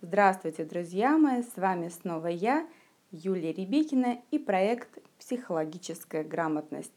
Здравствуйте, друзья мои! С вами снова я, Юлия Ребекина, и проект «Психологическая грамотность».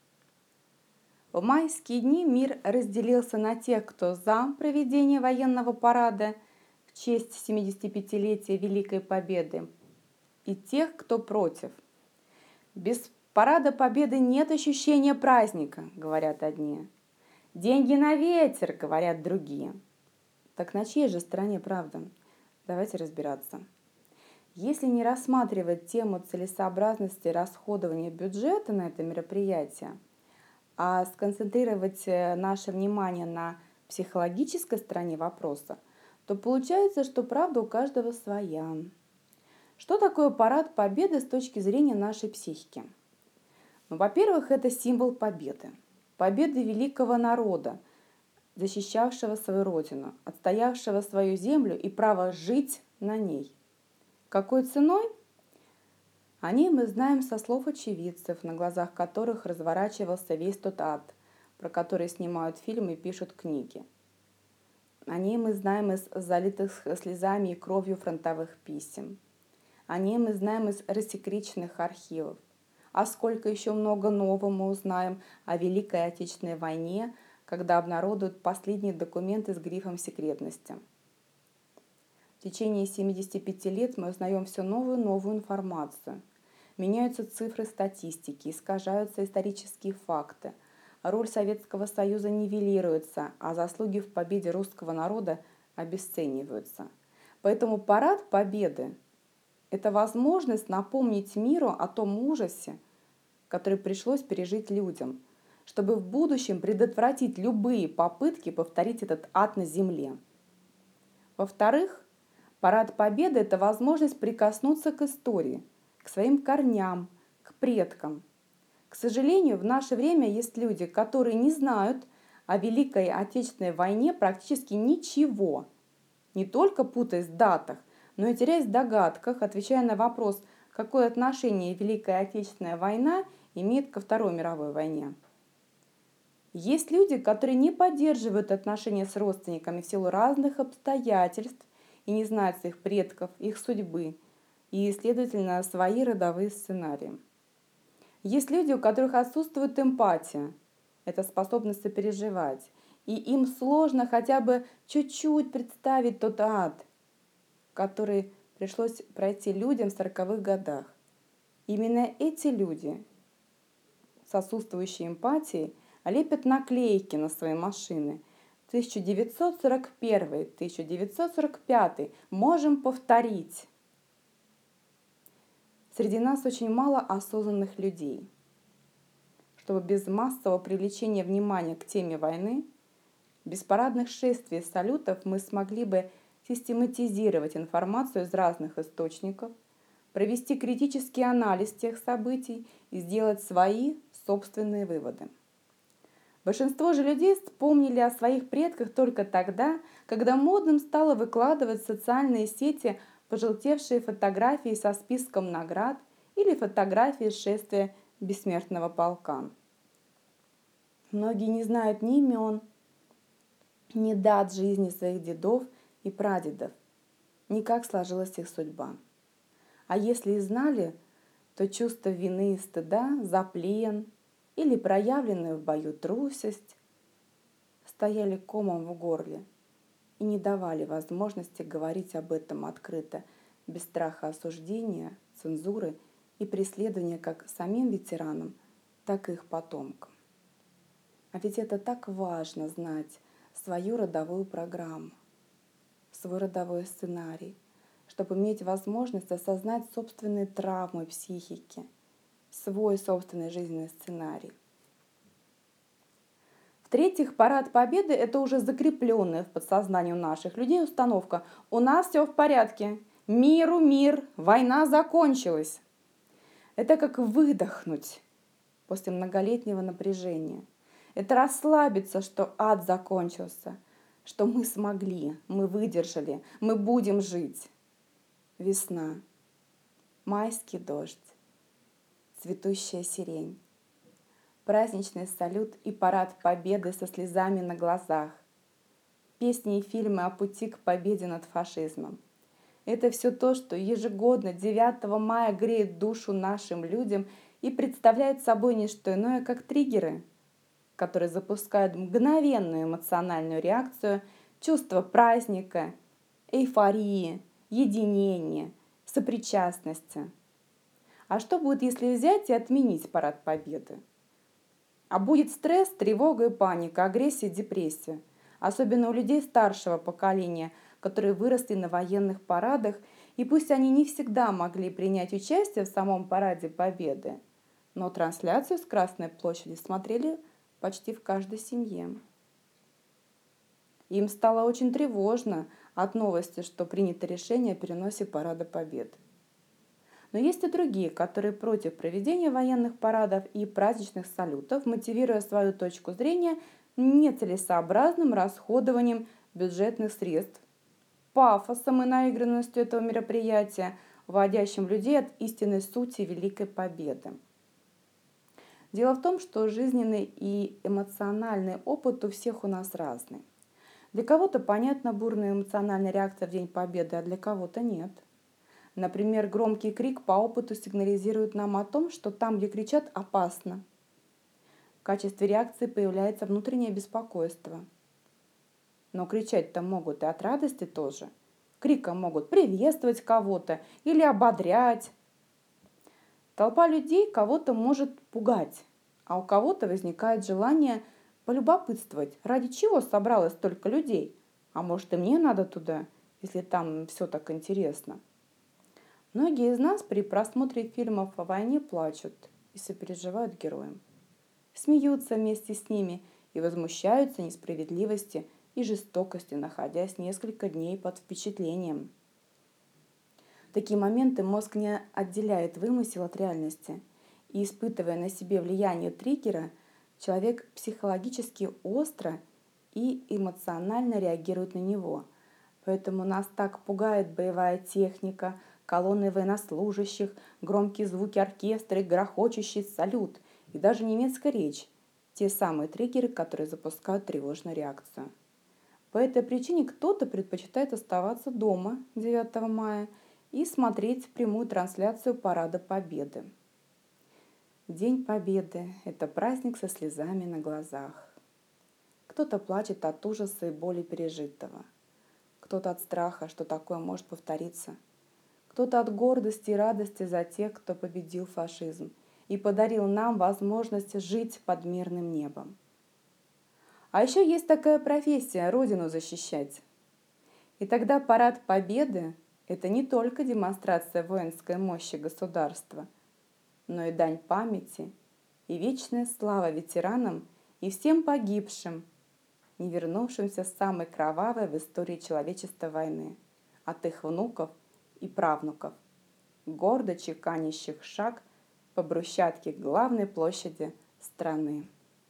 В майские дни мир разделился на тех, кто за проведение военного парада в честь 75-летия Великой Победы, и тех, кто против. Без парада Победы нет ощущения праздника, говорят одни. Деньги на ветер, говорят другие. Так на чьей же стороне правда? Давайте разбираться. Если не рассматривать тему целесообразности расходования бюджета на это мероприятие, а сконцентрировать наше внимание на психологической стороне вопроса, то получается, что правда у каждого своя. Что такое парад Победы с точки зрения нашей психики? Во-первых, это символ победы. Победы великого народа, защищавшего свою родину, отстоявшего свою землю и право жить на ней. Какой ценой? О ней мы знаем со слов очевидцев, на глазах которых разворачивался весь тот ад, про который снимают фильмы и пишут книги. О ней мы знаем из залитых слезами и кровью фронтовых писем. О ней мы знаем из рассекреченных архивов. А сколько еще много нового мы узнаем о Великой Отечественной войне, когда обнародуют последние документы с грифом секретности. В течение 75 лет мы узнаем все новую и новую информацию. Меняются цифры статистики, искажаются исторические факты. Роль Советского Союза нивелируется, а заслуги в победе русского народа обесцениваются. Поэтому парад Победы – это возможность напомнить миру о том ужасе, который пришлось пережить людям, чтобы в будущем предотвратить любые попытки повторить этот ад на земле. Во-вторых, парад Победы – это возможность прикоснуться к истории, к своим корням, к предкам. К сожалению, в наше время есть люди, которые не знают о Великой Отечественной войне практически ничего, не только путаясь в датах, но и теряясь в догадках, отвечая на вопрос, какое отношение Великая Отечественная война имеет ко Второй мировой войне. Есть люди, которые не поддерживают отношения с родственниками в силу разных обстоятельств и не знают своих предков, их судьбы и, следовательно, свои родовые сценарии. Есть люди, у которых отсутствует эмпатия, это способность сопереживать, и им сложно хотя бы чуть-чуть представить тот ад, который пришлось пройти людям в 40-х годах. Именно эти люди с отсутствующей эмпатией лепят наклейки на свои машины. 1941, 1945 можем повторить. Среди нас очень мало осознанных людей. Чтобы без массового привлечения внимания к теме войны, без парадных шествий и салютов мы смогли бы систематизировать информацию из разных источников, провести критический анализ тех событий и сделать свои собственные выводы. Большинство же людей вспомнили о своих предках только тогда, когда модным стало выкладывать в социальные сети пожелтевшие фотографии со списком наград или фотографии шествия бессмертного полка. Многие не знают ни имен, ни дат жизни своих дедов и прадедов, ни как сложилась их судьба. А если и знали, то чувство вины и стыда за плен или проявленную в бою трусость стояли комом в горле и не давали возможности говорить об этом открыто, без страха осуждения, цензуры и преследования как самим ветеранам, так и их потомкам. А ведь это так важно знать свою родовую программу, свой родовой сценарий, чтобы иметь возможность осознать собственные травмы психики, свой собственный жизненный сценарий. В-третьих, парад Победы – это уже закрепленная в подсознании у наших людей установка «У нас все в порядке, миру мир, война закончилась». Это как выдохнуть после многолетнего напряжения. Это расслабиться, что ад закончился, что мы смогли, мы выдержали, мы будем жить. Весна, майский дождь, цветущая сирень, праздничный салют и парад Победы со слезами на глазах, песни и фильмы о пути к победе над фашизмом. Это все то, что ежегодно 9 мая греет душу нашим людям и представляет собой не что иное, как триггеры, которые запускают мгновенную эмоциональную реакцию, чувство праздника, эйфории, единения, сопричастности. А что будет, если взять и отменить парад Победы? А будет стресс, тревога и паника, агрессия, депрессия. Особенно у людей старшего поколения, которые выросли на военных парадах, и пусть они не всегда могли принять участие в самом параде Победы, но трансляцию с Красной площади смотрели почти в каждой семье. Им стало очень тревожно от новости, что принято решение о переносе парада Победы. Но есть и другие, которые против проведения военных парадов и праздничных салютов, мотивируя свою точку зрения нецелесообразным расходованием бюджетных средств, пафосом и наигранностью этого мероприятия, уводящим людей от истинной сути Великой Победы. Дело в том, что жизненный и эмоциональный опыт у всех у нас разный. Для кого-то понятна бурная эмоциональная реакция в День Победы, а для кого-то нет. Например, громкий крик по опыту сигнализирует нам о том, что там, где кричат, опасно. В качестве реакции появляется внутреннее беспокойство. Но кричать-то могут и от радости тоже. Криком могут приветствовать кого-то или ободрять. Толпа людей кого-то может пугать, а у кого-то возникает желание полюбопытствовать, ради чего собралось столько людей. А может, и мне надо туда, если там все так интересно. Многие из нас при просмотре фильмов о войне плачут и сопереживают героям. Смеются вместе с ними и возмущаются несправедливости и жестокости, находясь несколько дней под впечатлением. В такие моменты мозг не отделяет вымысел от реальности, и, испытывая на себе влияние триггера, человек психологически остро и эмоционально реагирует на него. Поэтому нас так пугает боевая техника, колонны военнослужащих, громкие звуки оркестра и грохочущий салют, и даже немецкая речь – те самые триггеры, которые запускают тревожную реакцию. По этой причине кто-то предпочитает оставаться дома 9 мая и смотреть прямую трансляцию Парада Победы. День Победы – это праздник со слезами на глазах. Кто-то плачет от ужаса и боли пережитого, кто-то от страха, что такое может повториться, кто-то от гордости и радости за тех, кто победил фашизм и подарил нам возможность жить под мирным небом. А еще есть такая профессия – Родину защищать. И тогда парад Победы – это не только демонстрация воинской мощи государства, но и дань памяти и вечная слава ветеранам и всем погибшим, не вернувшимся с самой кровавой в истории человечества войны, от их внуков и правнуков, гордо чеканящих шаг по брусчатке главной площади страны.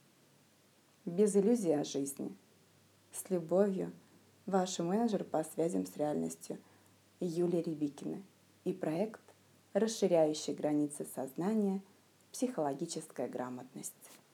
Без иллюзий о жизни. С любовью, ваш менеджер по связям с реальностью Юлия Рябикина и проект, расширяющий границы сознания, психологическая грамотность.